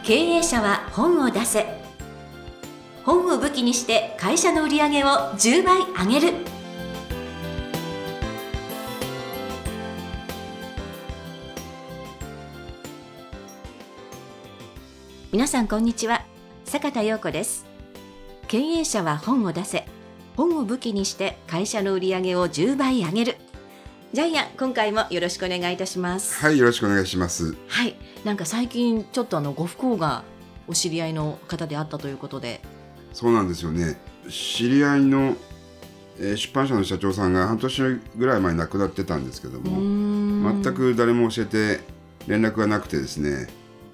経営者は本を出せ。本を武器にして会社の売り上げを10倍上げる。皆さんこんにちは、坂田陽子です。経営者は本を出せ。本を武器にして会社の売り上げを10倍上げる。ジャイアン、今回もよろしくお願いいたします。 はい、よろしくお願いします。 はい、なんか最近ちょっとご不幸がお知り合いの方であったということで。 そうなんですよね。知り合いの、出版社の社長さんが半年ぐらい前に亡くなってたんですけども、全く誰も教えて連絡がなくてですね、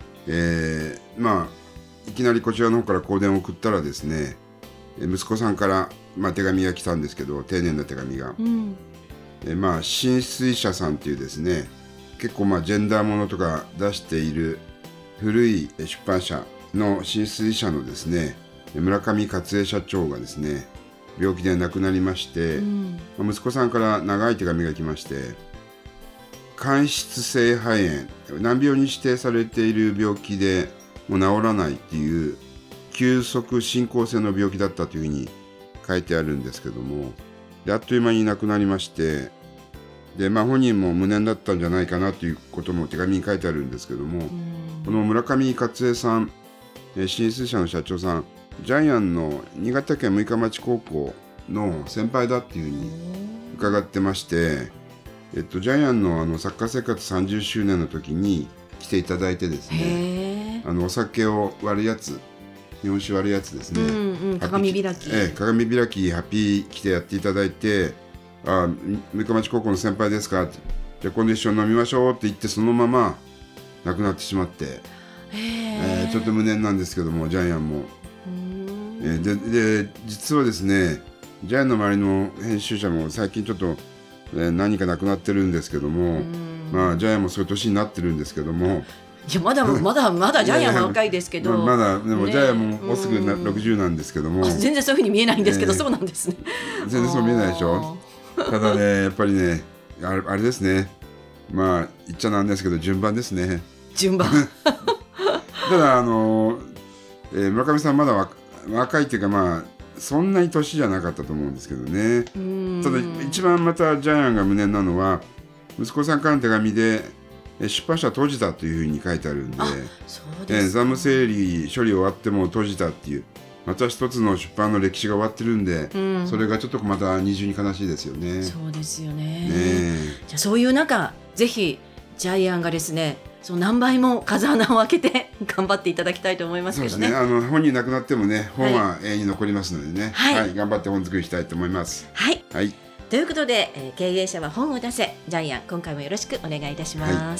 いきなりこちらの方から香典を送ったらですね、息子さんから、手紙が来たんですけど、丁寧な手紙が、新水社さんっていうですね、結構ジェンダーものとか出している古い出版社の新水社のですね、村上勝栄社長がですね、病気で亡くなりまして、息子さんから長い手紙が来まして、間質性肺炎、難病に指定されている病気でもう治らないっていう急速進行性の病気だったというふうに書いてあるんですけども、であっという間に亡くなりまして、で本人も無念だったんじゃないかなということも手紙に書いてあるんですけども、この村上勝栄さん、新水社の社長さん、ジャイアンの新潟県六日町高校の先輩だっていうふうに伺ってまして、ジャイアンの作家生活30周年の時に来ていただいてですね、お酒を割るやつ、日本酒割るやつですね、 鏡開き、 鏡開きハッピー来てやっていただいて、六日町高校の先輩ですかって、じゃあ今度一緒に飲みましょうって言って、そのまま亡くなってしまって、ちょっと無念なんですけども、ジャイアンもで実はですね、ジャイアンの周りの編集者も最近ちょっと、何人か亡くなってるんですけども、ジャイアンもそういう年になってるんですけども、 いやまだジャイアンは若いですけど、 まだでもジャイアンももうすぐ60なんですけども、 全然そういうふうに見えないんですけど、そうなんですね。 全然そう見えないでしょ。ただね、やっぱりね、あれですね、言っちゃなんですけど、順番ですね。 順番ただ村上さんまだ若いっていうか、そんなに年じゃなかったと思うんですけどね。ただ一番またジャイアンが無念なのは、息子さんからの手紙で出版社閉じたというふうに書いてあるんで、残務整理処理終わっても閉じたっていう、また一つの出版の歴史が終わってるんで、それがちょっとまた二重に悲しいですよね。 そうですよね。じゃあそういう中、ぜひジャイアンがですね、何倍も風穴を開けて頑張っていただきたいと思いますけどね。 そうですね、本人亡くなってもね、本は永遠に残りますのでね、頑張って本作りしたいと思います。ということで、経営者は本を出せ、ジャイアン、今回もよろしくお願いいたします。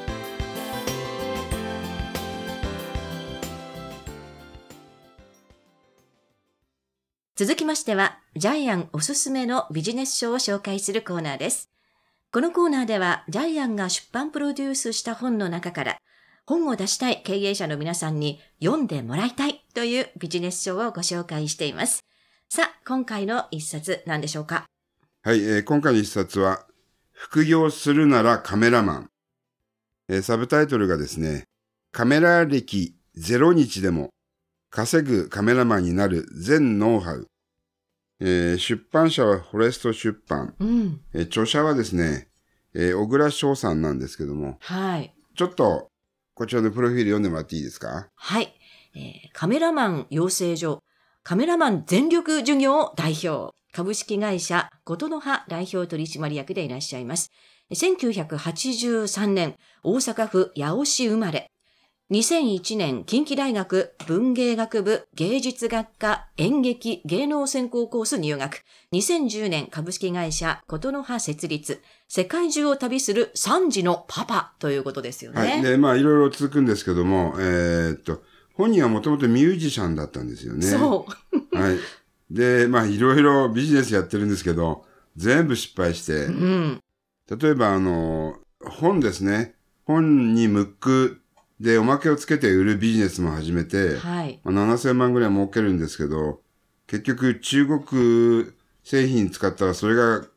続きましては、ジャイアンおすすめのビジネス書を紹介するコーナーです。このコーナーでは、ジャイアンが出版プロデュースした本の中から、本を出したい経営者の皆さんに読んでもらいたいというビジネス書をご紹介しています。さあ、今回の一冊何でしょうか。 今回の一冊は、副業するならカメラマン。サブタイトルがですね、カメラ歴0日でも稼ぐカメラマンになる全ノウハウ。出版社はフォレスト出版。著者はですね、小倉翔さんなんですけども、ちょっとこちらのプロフィール読んでもらっていいですか。 カメラマン養成所、カメラマン全力授業代表、株式会社琴の葉代表取締役でいらっしゃいます。1983年、大阪府八尾市生まれ。2001年、近畿大学文芸学部芸術学科演劇芸能専攻コース入学。2010年、株式会社琴の葉設立。世界中を旅する3児のパパということですよね。 で、いろいろ続くんですけども、本人はもともとミュージシャンだったんですよね。で、いろいろビジネスやってるんですけど、全部失敗して、例えば本ですね。本にムックでおまけをつけて売るビジネスも始めて、7000万ぐらい儲けるんですけど、結局中国製品使ったらそれが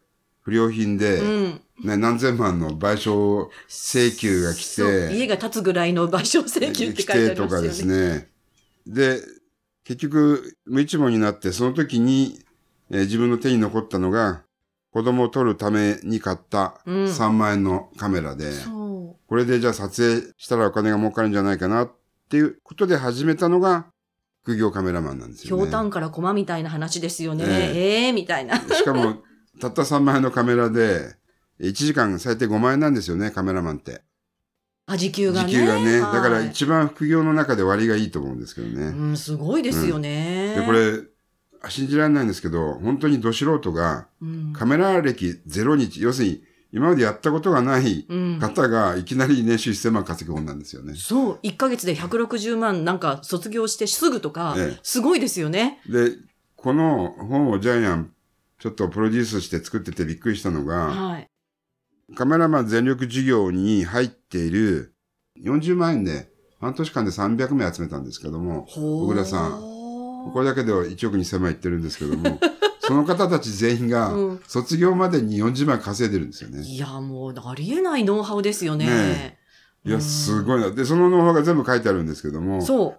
不良品で、何千万の賠償請求が来て、 家が建つぐらいの賠償請求って書いてありますよね。来てとかですね。 で、結局、無一文になって、その時に、自分の手に残ったのが、子供を撮るために買った3万円のカメラで、これでじゃあ撮影したらお金が儲かるんじゃないかなっていうことで始めたのが、副業カメラマンなんですよね。 ひょうたんからコマみたいな話ですよね。みたいな。 しかも、たった3万円のカメラで、1時間最低5万円なんですよね、カメラマンって。 時給がね。 時給がね。だから一番副業の中で割がいいと思うんですけどね。 すごいですよね。 で、これ、信じられないんですけど、本当にど素人が、カメラ歴0日、要するに、今までやったことがない方が、いきなり年収1000万稼ぐ本なんですよね。 そう。1ヶ月で160万なんか卒業してすぐとか、すごいですよね。 で、この本をジャイアン、ちょっとプロデュースして作っててびっくりしたのが、カメラマン全力事業に入っている40万円で、半年間で300名集めたんですけども、小倉さん。これだけでは1億2000万いってるんですけども、その方たち全員が、卒業までに40万稼いでるんですよね。 いや、もう、ありえないノウハウですよね。 いや、すごいな。で、そのノウハウが全部書いてあるんですけども、 そう。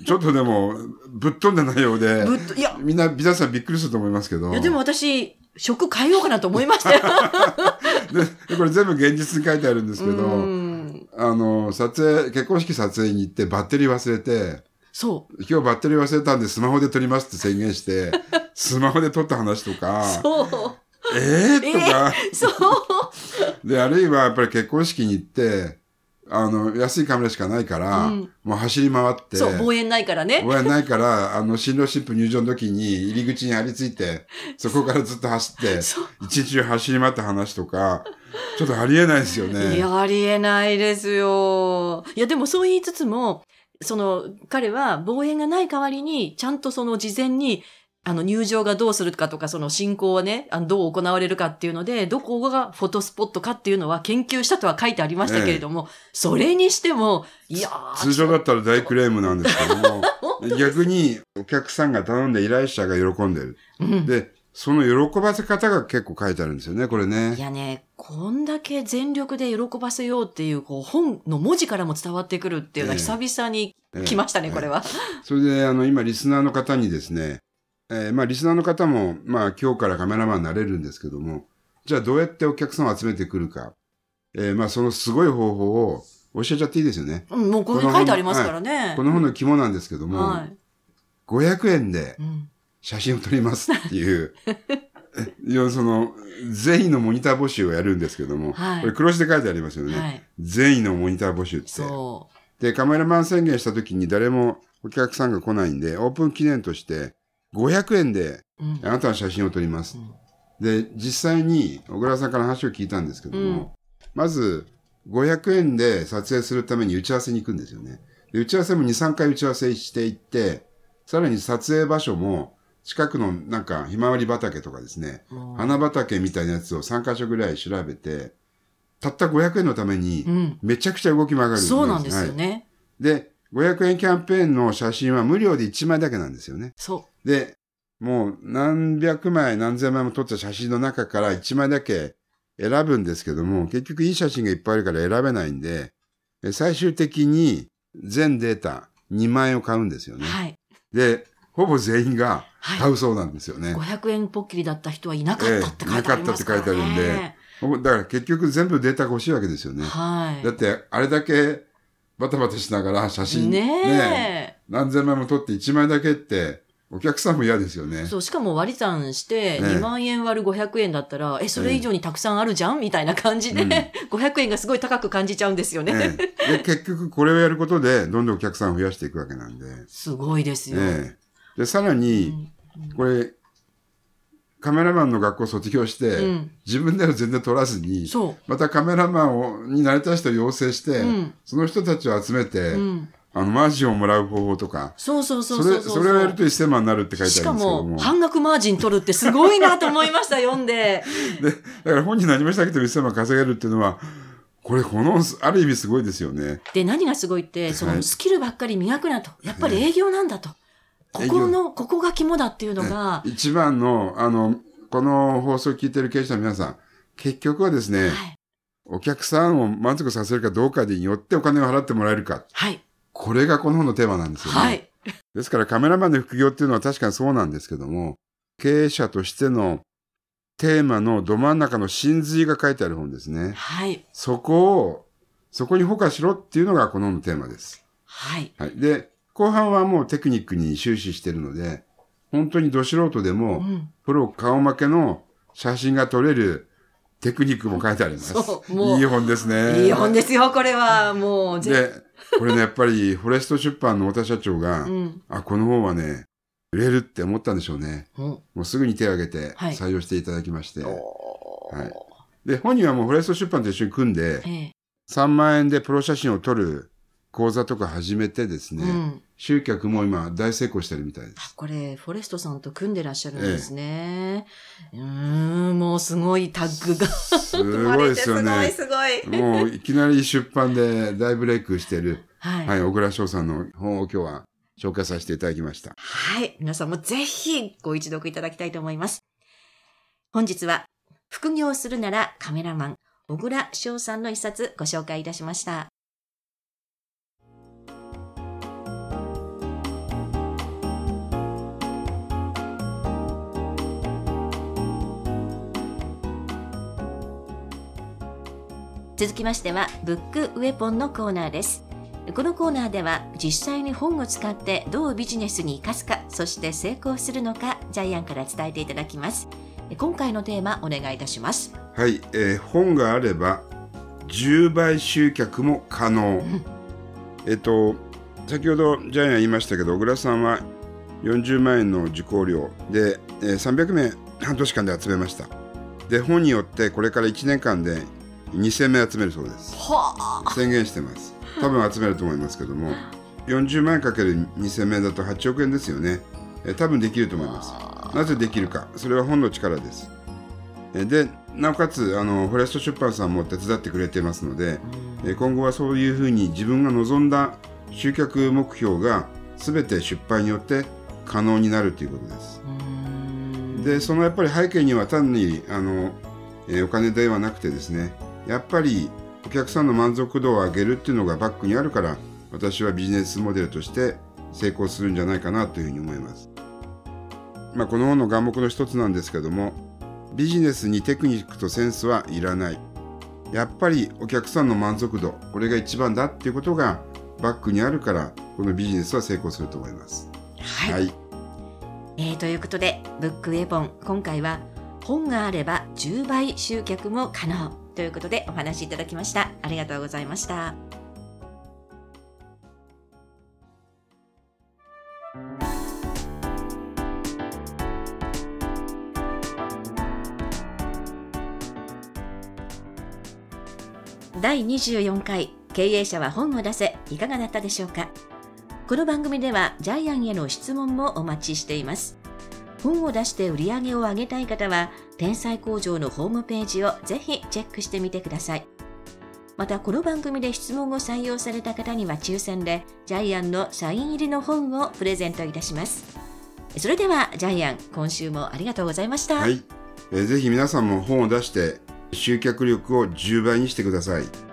ちょっとでも、ぶっ飛んだ内容で、皆さんびっくりすると思いますけど。 いや、でも私、職変えようかなと思いましたよ。 で、これ全部現実に書いてあるんですけど、結婚式撮影に行ってバッテリー忘れて、 そう。 今日バッテリー忘れたんでスマホで撮りますって宣言して、スマホで撮った話とか、 そう。とか、 そう。 で、あるいはやっぱり結婚式に行って、安いカメラしかないから、もう走り回って。 そう、望遠ないからね。 望遠ないから、新郎新婦入場の時に入り口に張り付いて、そこからずっと走って、一日中走り回った話とか、ちょっとありえないですよね。 いや、ありえないですよ。いや、でもそう言いつつも、彼は望遠がない代わりに、ちゃんと事前に、入場がどうするかとか、進行はね、どう行われるかっていうので、どこがフォトスポットかっていうのは研究したとは書いてありましたけれども、それにしても、いやー。 通常だったら大クレームなんですけども、逆にお客さんが頼んで依頼者が喜んでる。で、その喜ばせ方が結構書いてあるんですよね、これね。 いやね、こんだけ全力で喜ばせようっていう、本の文字からも伝わってくるっていうのは久々に来ましたね、これは。 それで、今、リスナーの方にですね、リスナーの方も、今日からカメラマンになれるんですけども、じゃあどうやってお客さんを集めてくるか。そのすごい方法を教えちゃっていいですよね。 もうここに書いてありますからね。 この本の肝なんですけども、500円で写真を撮りますっていう、善意のモニター募集をやるんですけども、これ黒字で書いてありますよね。善意のモニター募集って。で、カメラマン宣言した時に誰もお客さんが来ないんで、オープン記念として、500円であなたの写真を撮ります。で、実際に小倉さんから話を聞いたんですけども、まず500円で撮影するために打ち合わせに行くんですよね。で、打ち合わせも2、3回打ち合わせしていって、さらに撮影場所も近くのひまわり畑とかですね、花畑みたいなやつを3カ所ぐらい調べて、たった500円のためにめちゃくちゃ動き回るんです。 そうなんですよね。 で、500円キャンペーンの写真は無料で1枚だけなんですよね。で、もう何百枚何千枚も撮った写真の中から1枚だけ選ぶんですけども、結局いい写真がいっぱいあるから選べないんで、最終的に全データ2万円を買うんですよね。で、ほぼ全員が買うそうなんですよね。 500円ポッキリだった人はいなかったって書いてありますからね。いなかったって書いてあるんで、だから結局全部データが欲しいわけですよね。だってあれだけバタバタしながら写真何千枚も撮って1枚だけってお客さんも嫌ですよね。 そう、しかも割り算して2万円割る500円だったら、それ以上にたくさんあるじゃんみたいな感じで、500円がすごい高く感じちゃうんですよね。 で、結局これをやることでどんどんお客さんを増やしていくわけなんで。 すごいですよ。 で、さらに、これ、カメラマンの学校を卒業して、自分では全然撮らずに、またカメラマンになりたい人を養成して、その人たちを集めて、マージンをもらう方法とか。それをやると1000万になるって書いてあるんですけども。 しかも、半額マージン取るってすごいなと思いました、読んで。 で、だから本人何もしたくても1000万稼げるっていうのは、ある意味すごいですよね。 で、何がすごいって、スキルばっかり磨くなと。やっぱり営業なんだと。ここが肝だっていうのが。 一番の、この放送を聞いてる経営者の皆さん、 結局はですね、お客さんを満足させるかどうかによってお金を払ってもらえるか。これがこの本のテーマなんですよね。ですからカメラマンの副業っていうのは確かにそうなんですけども、経営者としてのテーマのど真ん中の真髄が書いてある本ですね。そこにフォーカスしろっていうのがこの本のテーマです。で、後半はもうテクニックに終始しているので、本当にど素人でも、プロ顔負けの写真が撮れるテクニックも書いてあります。いい本ですね。 いい本ですよ、これは。もう。 で、これね、やっぱりフォレスト出版の太田社長が、この本はね、売れるって思ったんでしょうね。もうすぐに手を挙げて採用していただきまして。で、本人はもうフォレスト出版と一緒に組んで、3万円でプロ写真を撮る講座とか始めてですね、集客も今大成功してるみたいです。 これ、フォレストさんと組んでらっしゃるんですね。もうすごいタッグが。 すごいですよね。 すごい。 もういきなり出版で大ブレイクしてる、小倉翔さんの本を今日は紹介させていただきました。 皆さんもぜひご一読いただきたいと思います。本日は、副業するならカメラマン、小倉翔さんの一冊ご紹介いたしました。続きましてはブックウェポンのコーナーです。このコーナーでは実際に本を使ってどうビジネスに生かすか、そして成功するのか、ジャイアンから伝えていただきます。今回のテーマお願いいたします。 本があれば10倍集客も可能。先ほどジャイアン言いましたけど、小倉さんは40万円の受講料で、300名半年間で集めました。で、本によってこれから1年間で2000名集めるそうです。宣言してます。多分集めると思いますけども、40万円かける2000名だと8億円ですよね。多分できると思います。なぜできるか、それは本の力です。で、なおかつフォレスト出版さんも手伝ってくれてますので、今後はそういうふうに自分が望んだ集客目標が全て出版によって可能になるということです。で、そのやっぱり背景には単にお金ではなくてですね、やっぱりお客さんの満足度を上げるっていうのがバックにあるから、私はビジネスモデルとして成功するんじゃないかなというふうに思います。この本の眼目の一つなんですけども、ビジネスにテクニックとセンスはいらない。やっぱりお客さんの満足度、これが一番だっていうことがバックにあるから、このビジネスは成功すると思います。 ということで、ブックウェポン、今回は本があれば10倍集客も可能ということでお話しいただきました。ありがとうございました。第24回経営者は本を出せ、いかがだったでしょうか。この番組ではジャイアンへの質問もお待ちしています。本を出して売り上げを上げたい方は、天才工場のホームページをぜひチェックしてみてください。また、この番組で質問を採用された方には抽選で、ジャイアンのサイン入りの本をプレゼントいたします。それでは、ジャイアン、今週もありがとうございました。 ぜひ皆さんも本を出して、集客力を10倍にしてください。